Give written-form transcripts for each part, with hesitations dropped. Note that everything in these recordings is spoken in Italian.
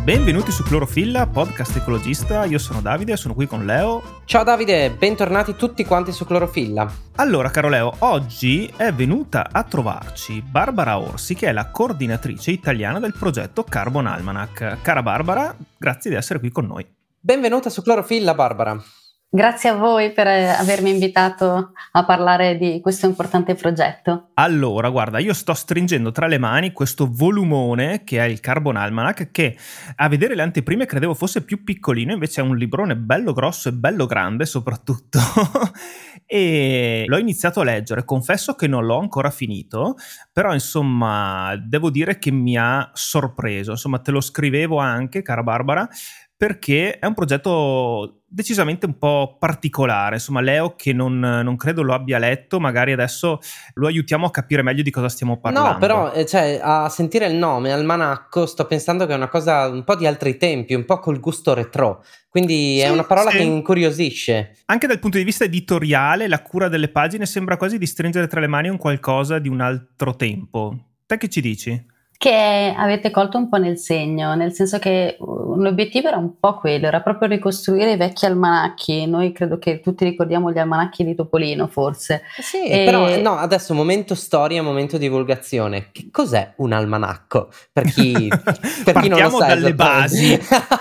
Benvenuti su Clorofilla, podcast ecologista. Io sono Davide e sono qui con Leo. Ciao Davide, bentornati tutti quanti su Clorofilla. Allora, caro Leo, oggi è venuta a trovarci Barbara Orsi, che è la coordinatrice italiana del progetto Carbon Almanac. Cara Barbara, grazie di essere qui con noi. Benvenuta su Clorofilla, Barbara. Grazie a voi per avermi invitato a parlare di questo importante progetto. Allora, guarda, io sto stringendo tra le mani questo volumone che è il Carbon Almanac, che a vedere le anteprime credevo fosse più piccolino, invece è un librone bello grosso e bello grande soprattutto. E l'ho iniziato a leggere, confesso che non l'ho ancora finito, però insomma devo dire che mi ha sorpreso. Insomma, te lo scrivevo anche, cara Barbara, perché è un progetto decisamente un po' particolare. Insomma, Leo, che non credo lo abbia letto, magari adesso lo aiutiamo a capire meglio di cosa stiamo parlando. No, però a sentire il nome Almanacco sto pensando che è una cosa un po' di altri tempi, un po' col gusto retro, quindi sì, è una parola che incuriosisce. Anche dal punto di vista editoriale, la cura delle pagine sembra quasi di stringere tra le mani un qualcosa di un altro tempo. Te che ci dici? Che avete colto un po' nel segno, nel senso che l'obiettivo era un po' quello, era proprio ricostruire i vecchi almanacchi. Noi credo che tutti ricordiamo gli almanacchi di Topolino, forse. Sì, però no, adesso momento storia, momento divulgazione. Che cos'è un almanacco? Per chi non lo sa dalle basi.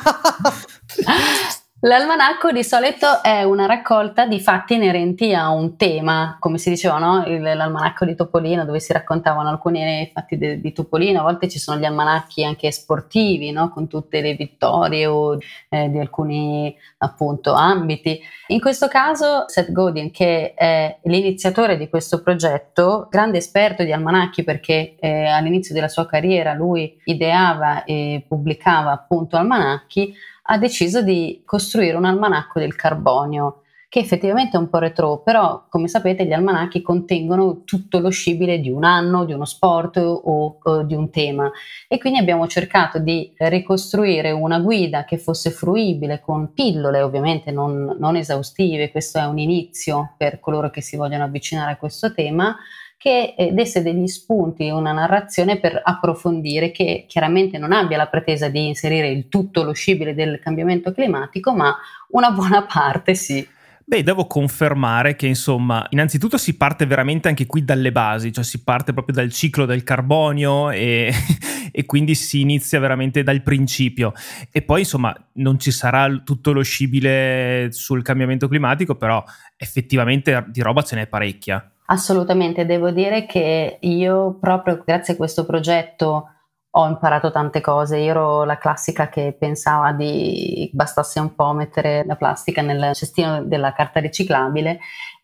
L'almanacco di solito è una raccolta di fatti inerenti a un tema, come si diceva, no? L'almanacco di Topolino, dove si raccontavano alcuni fatti di Topolino. A volte ci sono gli almanacchi anche sportivi, no? Con tutte le vittorie o di alcuni appunto ambiti. In questo caso Seth Godin, che è l'iniziatore di questo progetto, grande esperto di almanacchi, perché all'inizio della sua carriera lui ideava e pubblicava appunto almanacchi, ha deciso di costruire un almanacco del carbonio, che effettivamente è un po' retro, però come sapete gli almanacchi contengono tutto lo scibile di un anno, di uno sport o di un tema, e quindi abbiamo cercato di ricostruire una guida che fosse fruibile, con pillole ovviamente non esaustive. Questo è un inizio per coloro che si vogliono avvicinare a questo tema, che desse degli spunti, una narrazione per approfondire, che chiaramente non abbia la pretesa di inserire il tutto lo scibile del cambiamento climatico, ma una buona parte sì. Beh, devo confermare che insomma, innanzitutto si parte veramente anche qui dalle basi, cioè si parte proprio dal ciclo del carbonio e quindi si inizia veramente dal principio. E poi insomma non ci sarà tutto lo scibile sul cambiamento climatico, però effettivamente di roba ce n'è parecchia. Assolutamente, devo dire che io proprio grazie a questo progetto ho imparato tante cose. Io ero la classica che pensava di bastasse un po' mettere la plastica nel cestino della carta riciclabile,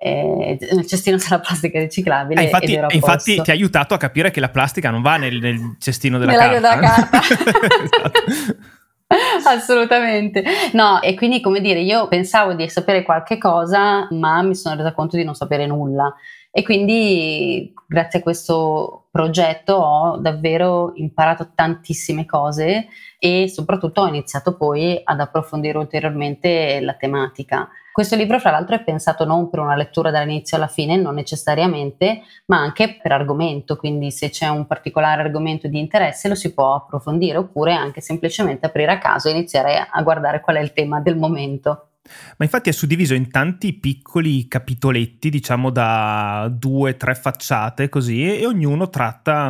nel cestino della plastica riciclabile. Infatti ti ha aiutato a capire che la plastica non va nel cestino della carta. Della carta. Esatto. Assolutamente no, e quindi come dire, io pensavo di sapere qualche cosa, ma mi sono resa conto di non sapere nulla, e quindi grazie a questo progetto ho davvero imparato tantissime cose e soprattutto ho iniziato poi ad approfondire ulteriormente la tematica. Questo libro fra l'altro è pensato non per una lettura dall'inizio alla fine, non necessariamente, ma anche per argomento, quindi se c'è un particolare argomento di interesse lo si può approfondire, oppure anche semplicemente aprire a caso e iniziare a guardare qual è il tema del momento. Ma infatti è suddiviso in tanti piccoli capitoletti, diciamo da 2-3 facciate così, e ognuno tratta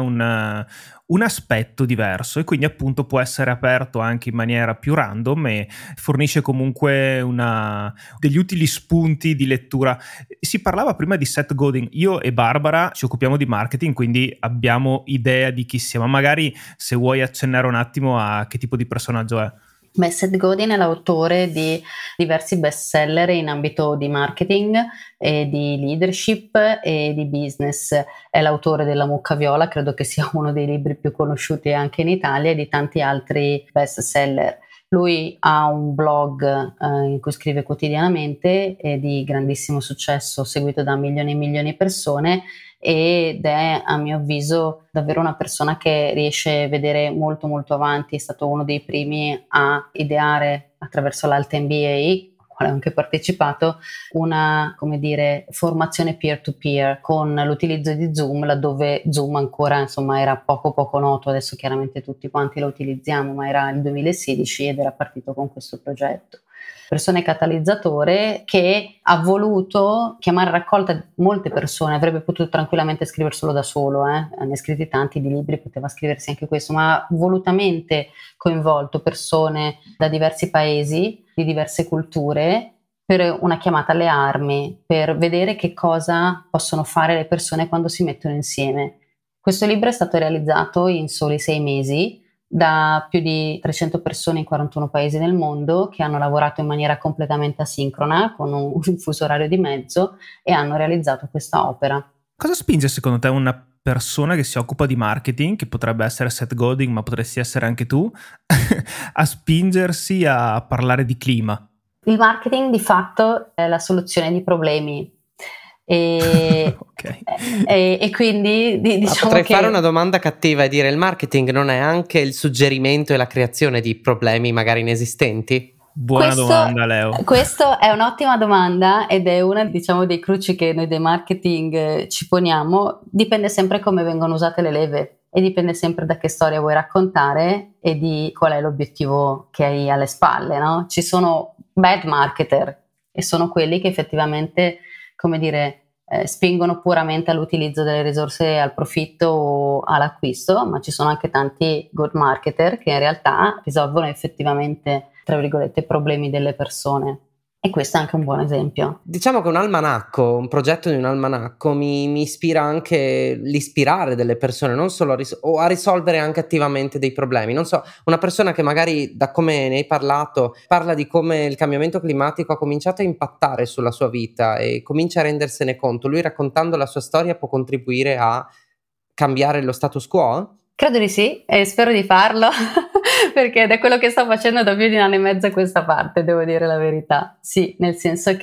un aspetto diverso, e quindi appunto può essere aperto anche in maniera più random e fornisce comunque degli utili spunti di lettura. Si parlava prima di Seth Godin. Io e Barbara ci occupiamo di marketing, quindi abbiamo idea di chi sia, ma magari se vuoi accennare un attimo a che tipo di personaggio è. Beh, Seth Godin è l'autore di diversi bestseller in ambito di marketing e di leadership e di business. È l'autore della Mucca Viola, credo che sia uno dei libri più conosciuti anche in Italia, e di tanti altri bestseller. Lui ha un blog in cui scrive quotidianamente, è di grandissimo successo, seguito da milioni e milioni di persone, ed è a mio avviso davvero una persona che riesce a vedere molto molto avanti. È stato uno dei primi a ideare attraverso l'Alta MBA, quale ho anche partecipato, una, come dire, formazione peer-to-peer con l'utilizzo di Zoom, laddove Zoom ancora insomma era poco noto. Adesso chiaramente tutti quanti lo utilizziamo, ma era il 2016 ed era partito con questo progetto. Persone catalizzatore, che ha voluto chiamare a raccolta molte persone, avrebbe potuto tranquillamente scriverselo da solo, ne ha scritti tanti di libri, poteva scriversi anche questo, ma ha volutamente coinvolto persone da diversi paesi, di diverse culture, per una chiamata alle armi, per vedere che cosa possono fare le persone quando si mettono insieme. Questo libro è stato realizzato in soli 6 mesi, da più di 300 persone in 41 paesi del mondo, che hanno lavorato in maniera completamente asincrona, con un fuso orario di mezzo, e hanno realizzato questa opera. Cosa spinge secondo te una persona che si occupa di marketing, che potrebbe essere Seth Godin, ma potresti essere anche tu, a spingersi a parlare di clima? Il marketing di fatto è la soluzione di problemi. Okay. E quindi diciamo potrei che fare una domanda cattiva e dire: il marketing non è anche il suggerimento e la creazione di problemi magari inesistenti? Buona domanda, Leo. Questa è un'ottima domanda ed è una, diciamo, dei cruci che noi dei marketing ci poniamo. Dipende sempre come vengono usate le leve e dipende sempre da che storia vuoi raccontare e di qual è l'obiettivo che hai alle spalle, no? Ci sono bad marketer e sono quelli che effettivamente, come dire, spingono puramente all'utilizzo delle risorse al profitto o all'acquisto, ma ci sono anche tanti good marketer che in realtà risolvono effettivamente, tra virgolette, i problemi delle persone. E questo è anche un buon esempio. Diciamo che un progetto di un almanacco mi ispira anche l'ispirare delle persone, non solo a risolvere anche attivamente dei problemi. Non so, una persona che magari, da come ne hai parlato, parla di come il cambiamento climatico ha cominciato a impattare sulla sua vita e comincia a rendersene conto. Lui, raccontando la sua storia, può contribuire a cambiare lo status quo? Credo di sì e spero di farlo perché è quello che sto facendo da più di 1 anno e mezzo a questa parte, devo dire la verità. Sì, nel senso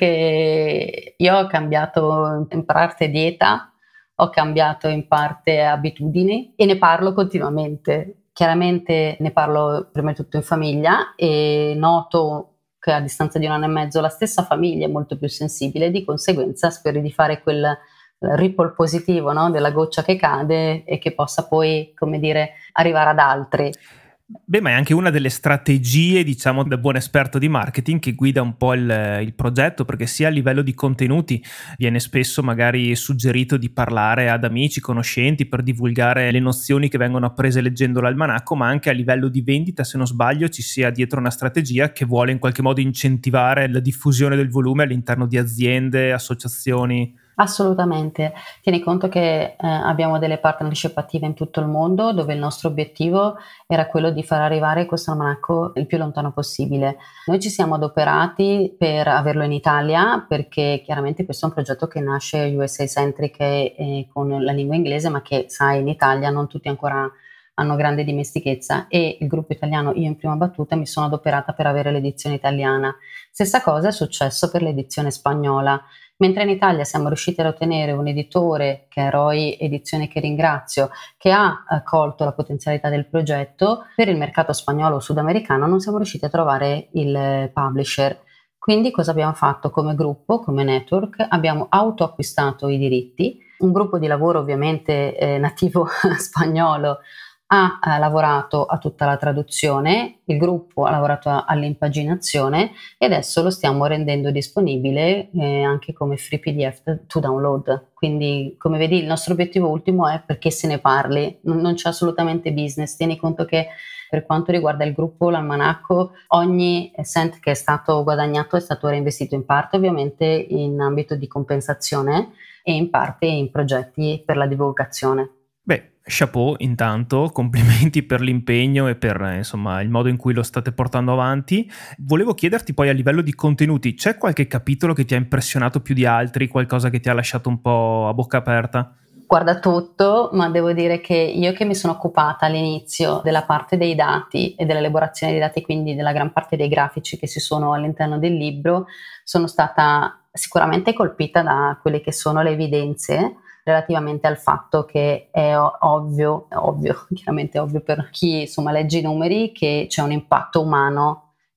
che io ho cambiato in parte dieta, ho cambiato in parte abitudini e ne parlo continuamente. Chiaramente ne parlo prima di tutto in famiglia e noto che a distanza di 1 anno e mezzo la stessa famiglia è molto più sensibile, di conseguenza spero di fare quel ripple positivo, no? Della goccia che cade e che possa poi, come dire, arrivare ad altri. Beh, ma è anche una delle strategie, diciamo, da buon esperto di marketing che guida un po' il progetto, perché sia a livello di contenuti viene spesso magari suggerito di parlare ad amici, conoscenti per divulgare le nozioni che vengono apprese leggendo l'almanacco, ma anche a livello di vendita, se non sbaglio, ci sia dietro una strategia che vuole in qualche modo incentivare la diffusione del volume all'interno di aziende, associazioni. Assolutamente, tieni conto che abbiamo delle partnership attive in tutto il mondo, dove il nostro obiettivo era quello di far arrivare questo almanacco il più lontano possibile. Noi ci siamo adoperati per averlo in Italia, perché chiaramente questo è un progetto che nasce USA centric e con la lingua inglese, ma che, sai, in Italia non tutti ancora hanno grande dimestichezza, e il gruppo italiano, io in prima battuta mi sono adoperata per avere l'edizione italiana. Stessa cosa è successo per l'edizione spagnola. Mentre in Italia siamo riusciti ad ottenere un editore, che è ROI Edizione, che ringrazio, che ha colto la potenzialità del progetto, per il mercato spagnolo o sudamericano non siamo riusciti a trovare il publisher. Quindi cosa abbiamo fatto come gruppo, come network? Abbiamo autoacquistato i diritti, un gruppo di lavoro ovviamente nativo spagnolo ha lavorato a tutta la traduzione, il gruppo ha lavorato all'impaginazione e adesso lo stiamo rendendo disponibile anche come free PDF to download. Quindi, come vedi, il nostro obiettivo ultimo è perché se ne parli, non c'è assolutamente business. Tieni conto che per quanto riguarda il gruppo, l'almanacco, ogni cent che è stato guadagnato è stato reinvestito in parte ovviamente in ambito di compensazione e in parte in progetti per la divulgazione. Beh, chapeau intanto, complimenti per l'impegno e per insomma il modo in cui lo state portando avanti. Volevo chiederti poi a livello di contenuti, c'è qualche capitolo che ti ha impressionato più di altri, qualcosa che ti ha lasciato un po' a bocca aperta? Guarda tutto, ma devo dire che io, che mi sono occupata all'inizio della parte dei dati e dell'elaborazione dei dati, quindi della gran parte dei grafici che ci sono all'interno del libro, sono stata sicuramente colpita da quelle che sono le evidenze relativamente al fatto che è ovvio, chiaramente ovvio per chi insomma legge i numeri, che c'è un impatto umano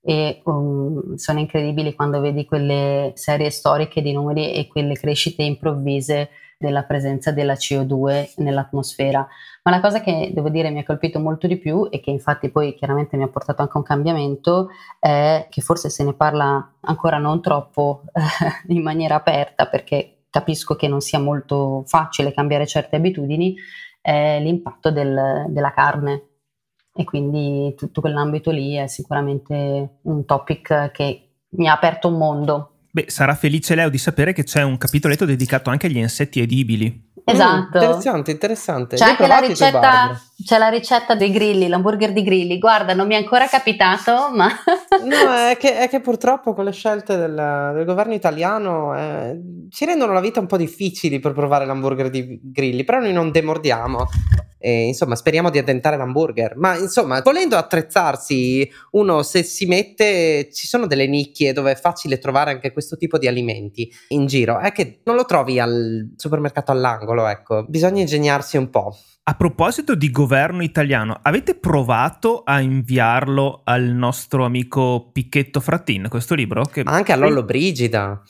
e sono incredibili quando vedi quelle serie storiche di numeri e quelle crescite improvvise della presenza della CO2 nell'atmosfera. Ma la cosa che devo dire mi ha colpito molto di più e che infatti poi chiaramente mi ha portato anche a un cambiamento è che forse se ne parla ancora non troppo in maniera aperta, perché capisco che non sia molto facile cambiare certe abitudini, è l'impatto della carne. E quindi tutto quell'ambito lì è sicuramente un topic che mi ha aperto un mondo. Beh, sarà felice Leo di sapere che c'è un capitoletto dedicato anche agli insetti edibili. Esatto. Interessante. C'è Li hai anche provati tu, c'è la ricetta dei grilli, l'hamburger di grilli. Guarda, non mi è ancora capitato, ma No, è che purtroppo con le scelte del governo italiano ci rendono la vita un po' difficili per provare l'hamburger di grilli, però noi non demordiamo. E, insomma, speriamo di addentare l'hamburger. Ma insomma, volendo attrezzarsi, uno se si mette, ci sono delle nicchie dove è facile trovare anche questo tipo di alimenti in giro. È che non lo trovi al supermercato all'angolo, ecco. Bisogna ingegnarsi un po'. A proposito di governo italiano, avete provato a inviarlo al nostro amico Picchetto Frattin, questo libro? Ma anche a Lollo Brigida.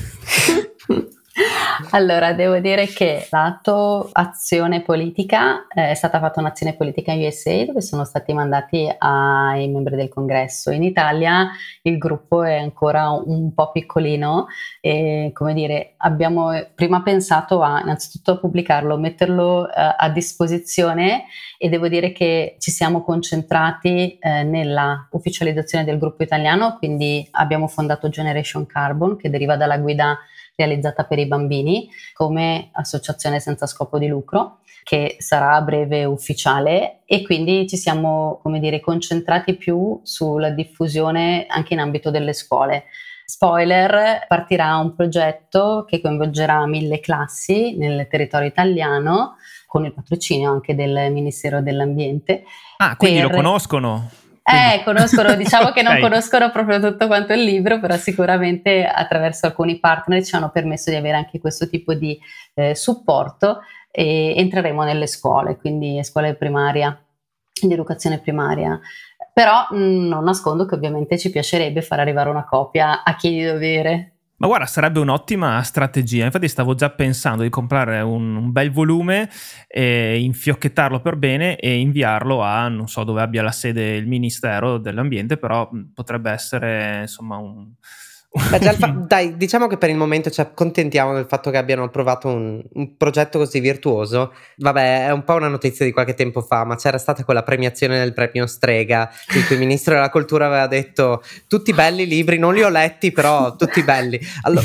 Allora, devo dire che lato azione politica è stata fatta un'azione politica in USA dove sono stati mandati ai membri del congresso. In Italia il gruppo è ancora un po' piccolino e, come dire, abbiamo prima pensato innanzitutto a pubblicarlo, metterlo a disposizione, e devo dire che ci siamo concentrati nella ufficializzazione del gruppo italiano, quindi abbiamo fondato Generation Carbon, che deriva dalla guida realizzata per i bambini come associazione senza scopo di lucro, che sarà a breve ufficiale, e quindi ci siamo, come dire, concentrati più sulla diffusione anche in ambito delle scuole. Spoiler, partirà un progetto che coinvolgerà 1000 classi nel territorio italiano con il patrocinio anche del Ministero dell'Ambiente. Ah, quindi lo conoscono? Conoscono, diciamo che non conoscono proprio tutto quanto il libro, però sicuramente attraverso alcuni partner ci hanno permesso di avere anche questo tipo di supporto, e entreremo nelle scuole, quindi scuole primaria, di educazione primaria. Però non nascondo che ovviamente ci piacerebbe far arrivare una copia a chi di dovere. Ma guarda, sarebbe un'ottima strategia. Infatti stavo già pensando di comprare un bel volume, infiocchettarlo per bene e inviarlo a, non so dove abbia la sede il Ministero dell'Ambiente, però potrebbe essere insomma un... Beh, dai, diciamo che per il momento ci accontentiamo del fatto che abbiano provato un progetto così virtuoso. Vabbè, è un po' una notizia di qualche tempo fa, ma c'era stata quella premiazione del premio Strega, in cui il ministro della cultura aveva detto tutti belli libri, non li ho letti, però tutti belli. Allora,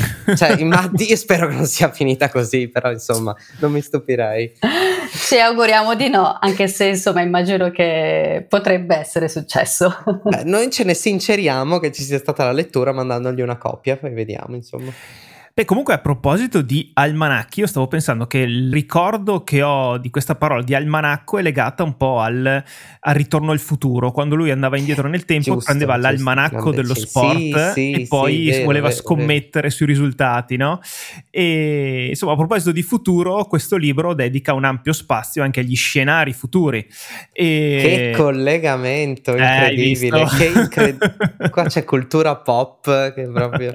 io spero che non sia finita così, però insomma, non mi stupirei. Ci auguriamo di no, anche se insomma immagino che potrebbe essere successo. Beh, noi ce ne sinceriamo che ci sia stata la lettura mandandogli una copia, poi vediamo insomma. Beh, comunque a proposito di almanacchi, io stavo pensando che il ricordo che ho di questa parola di almanacco è legata un po' al Ritorno al futuro, quando lui andava indietro nel tempo, giusto, prendeva l'almanacco dello sport e poi voleva scommettere sui risultati, no? E insomma, a proposito di futuro, questo libro dedica un ampio spazio anche agli scenari futuri. Che collegamento incredibile, qua c'è cultura pop che è proprio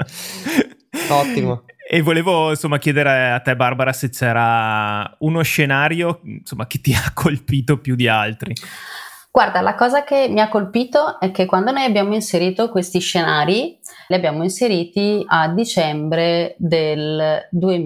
ottimo. E volevo insomma chiedere a te, Barbara, se c'era uno scenario insomma che ti ha colpito più di altri. Guarda, la cosa che mi ha colpito è che quando noi abbiamo inserito questi scenari, li abbiamo inseriti a dicembre del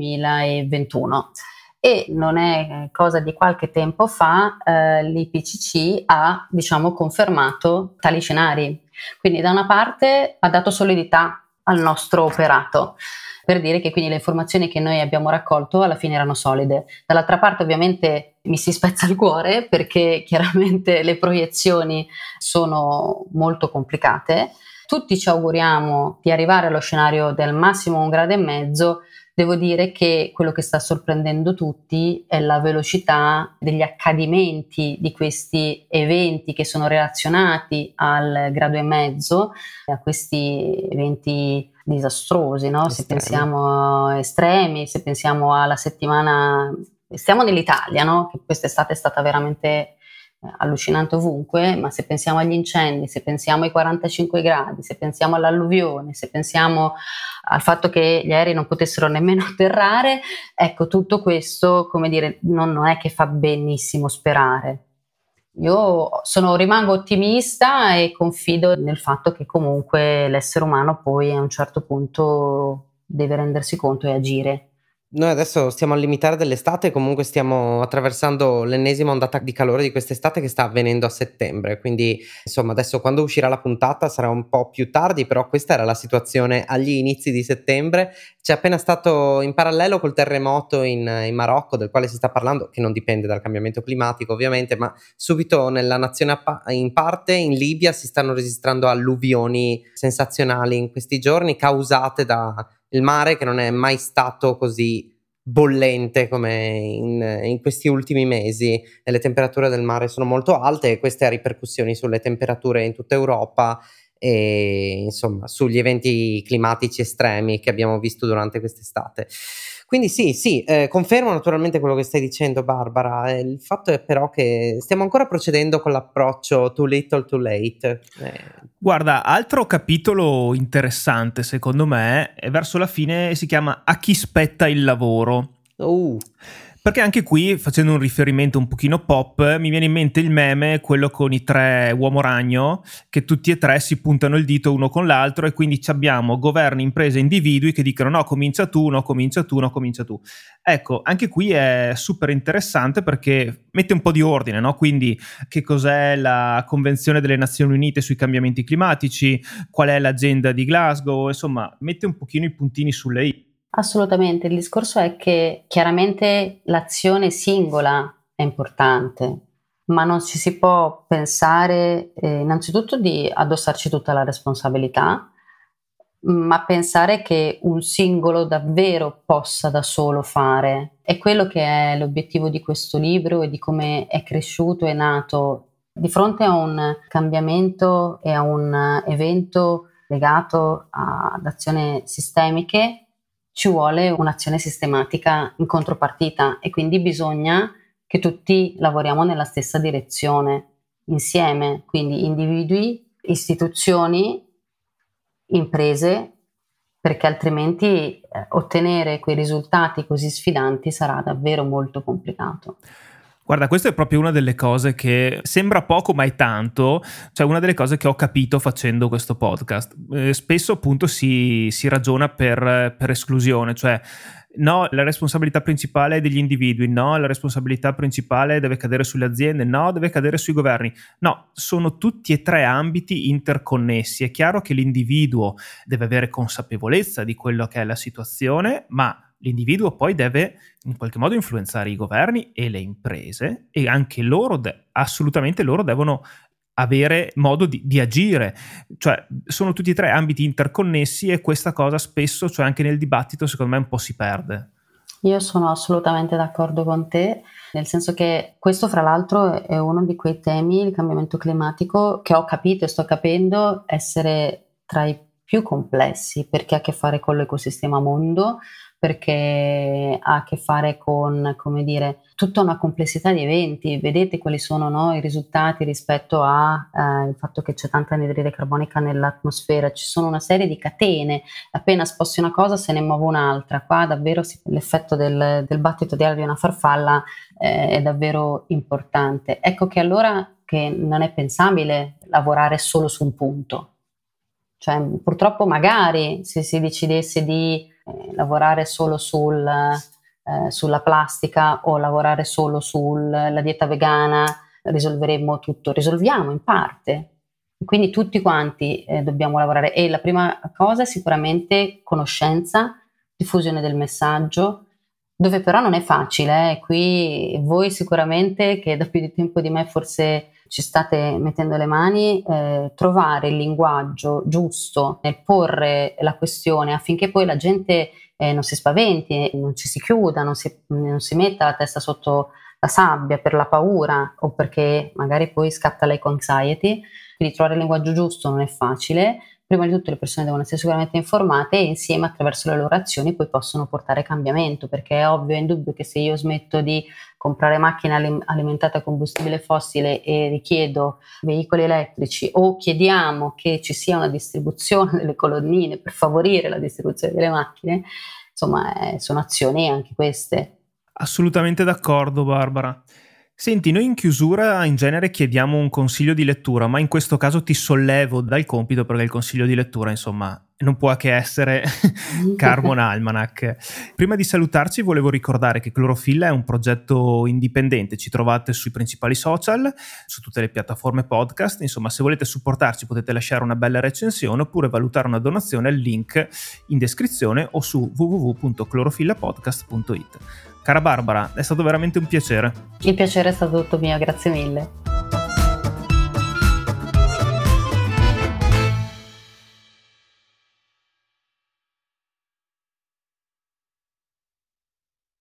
2021. E non è cosa di qualche tempo fa, l'IPCC ha, diciamo, confermato tali scenari. Quindi da una parte ha dato solidità al nostro operato, per dire che quindi le informazioni che noi abbiamo raccolto alla fine erano solide. Dall'altra parte ovviamente mi si spezza il cuore perché chiaramente le proiezioni sono molto complicate. Tutti ci auguriamo di arrivare allo scenario del massimo 1,5 gradi. Devo dire che quello che sta sorprendendo tutti è la velocità degli accadimenti di questi eventi che sono relazionati al 1,5 gradi, a questi eventi disastrosi, no? Se pensiamo a estremi, se pensiamo alla settimana, stiamo nell'Italia, no? Che quest'estate è stata veramente allucinante ovunque, ma se pensiamo agli incendi, se pensiamo ai 45 gradi, se pensiamo all'alluvione, se pensiamo al fatto che gli aerei non potessero nemmeno atterrare, ecco, tutto questo, come dire, non è che fa benissimo sperare. Io rimango ottimista e confido nel fatto che comunque l'essere umano poi a un certo punto deve rendersi conto e agire. Noi adesso stiamo al limitare dell'estate, comunque stiamo attraversando l'ennesima ondata di calore di quest'estate che sta avvenendo a settembre, quindi insomma adesso quando uscirà la puntata sarà un po' più tardi, però questa era la situazione agli inizi di settembre. C'è appena stato in parallelo col terremoto in Marocco, del quale si sta parlando, che non dipende dal cambiamento climatico ovviamente, ma subito nella nazione in parte, in Libia, si stanno registrando alluvioni sensazionali in questi giorni, causate da il mare che non è mai stato così bollente come in questi ultimi mesi, e le temperature del mare sono molto alte e queste ha ripercussioni sulle temperature in tutta Europa e insomma sugli eventi climatici estremi che abbiamo visto durante quest'estate. Quindi sì, confermo naturalmente quello che stai dicendo, Barbara. Il fatto è però che stiamo ancora procedendo con l'approccio too little too late. Guarda, altro capitolo interessante secondo me è verso la fine, si chiama A chi spetta il lavoro. Perché anche qui, facendo un riferimento un pochino pop, mi viene in mente il meme, quello con i 3 uomo ragno, che tutti e 3 si puntano il dito uno con l'altro, e quindi abbiamo governi, imprese, individui che dicono no, comincia tu, no, comincia tu, no, comincia tu. Ecco, anche qui è super interessante perché mette un po' di ordine, no? Quindi che cos'è la Convenzione delle Nazioni Unite sui cambiamenti climatici, qual è l'agenda di Glasgow, insomma, mette un pochino i puntini sulle i. Assolutamente, il discorso è che chiaramente l'azione singola è importante, ma non ci si può pensare innanzitutto di addossarci tutta la responsabilità, ma pensare che un singolo davvero possa da solo fare. È quello che è l'obiettivo di questo libro e di come è cresciuto e nato. Di fronte a un cambiamento e a un evento legato ad azioni sistemiche, ci vuole un'azione sistematica in contropartita e quindi bisogna che tutti lavoriamo nella stessa direzione, insieme, quindi individui, istituzioni, imprese, perché altrimenti ottenere quei risultati così sfidanti sarà davvero molto complicato. Guarda, questa è proprio una delle cose che sembra poco ma è tanto, cioè una delle cose che ho capito facendo questo podcast. Spesso appunto si ragiona per esclusione, cioè no, la responsabilità principale è degli individui, no, la responsabilità principale deve cadere sulle aziende, no, deve cadere sui governi. No, sono tutti e 3 ambiti interconnessi. È chiaro che l'individuo deve avere consapevolezza di quello che è la situazione, ma l'individuo poi deve in qualche modo influenzare i governi e le imprese, e anche loro, assolutamente loro devono avere modo di agire, cioè sono tutti e 3 ambiti interconnessi e questa cosa spesso, cioè anche nel dibattito, secondo me un po' si perde. Io sono assolutamente d'accordo con te, nel senso che questo fra l'altro è uno di quei temi, il cambiamento climatico, che ho capito e sto capendo essere tra i più complessi, perché ha a che fare con l'ecosistema mondo, perché ha a che fare con, come dire, tutta una complessità di eventi. Vedete quali sono, no, i risultati rispetto al fatto che c'è tanta anidride carbonica nell'atmosfera. Ci sono una serie di catene, appena sposti una cosa se ne muove un'altra. Qua davvero l'effetto del battito di ali di una farfalla è davvero importante. Ecco che allora che non è pensabile lavorare solo su un punto. Cioè, purtroppo magari se si decidesse di lavorare solo sulla plastica o lavorare solo sulla dieta vegana risolveremmo tutto, risolviamo in parte, quindi tutti quanti dobbiamo lavorare, e la prima cosa è sicuramente conoscenza, diffusione del messaggio, dove però non è facile, qui voi sicuramente che da più di tempo di me forse ci state mettendo le mani, trovare il linguaggio giusto nel porre la questione affinché poi la gente non si spaventi, non ci si chiuda, non si metta la testa sotto la sabbia per la paura o perché magari poi scatta l'eco-anxiety. Quindi trovare il linguaggio giusto non è facile, prima di tutto le persone devono essere sicuramente informate e insieme attraverso le loro azioni poi possono portare cambiamento, perché è ovvio e indubbio che se io smetto di comprare macchine alimentate a combustibile fossile e richiedo veicoli elettrici, o chiediamo che ci sia una distribuzione delle colonnine per favorire la distribuzione delle macchine, insomma sono azioni anche queste. Assolutamente d'accordo, Barbara. Senti, noi in chiusura in genere chiediamo un consiglio di lettura, ma in questo caso ti sollevo dal compito, perché il consiglio di lettura, insomma, non può che essere Carbon Almanac. Prima di salutarci volevo ricordare che Clorofilla è un progetto indipendente, ci trovate sui principali social, su tutte le piattaforme podcast, insomma se volete supportarci potete lasciare una bella recensione oppure valutare una donazione al link in descrizione o su www.clorofillapodcast.it. Cara Barbara, è stato veramente un piacere. Il piacere è stato tutto mio, grazie mille.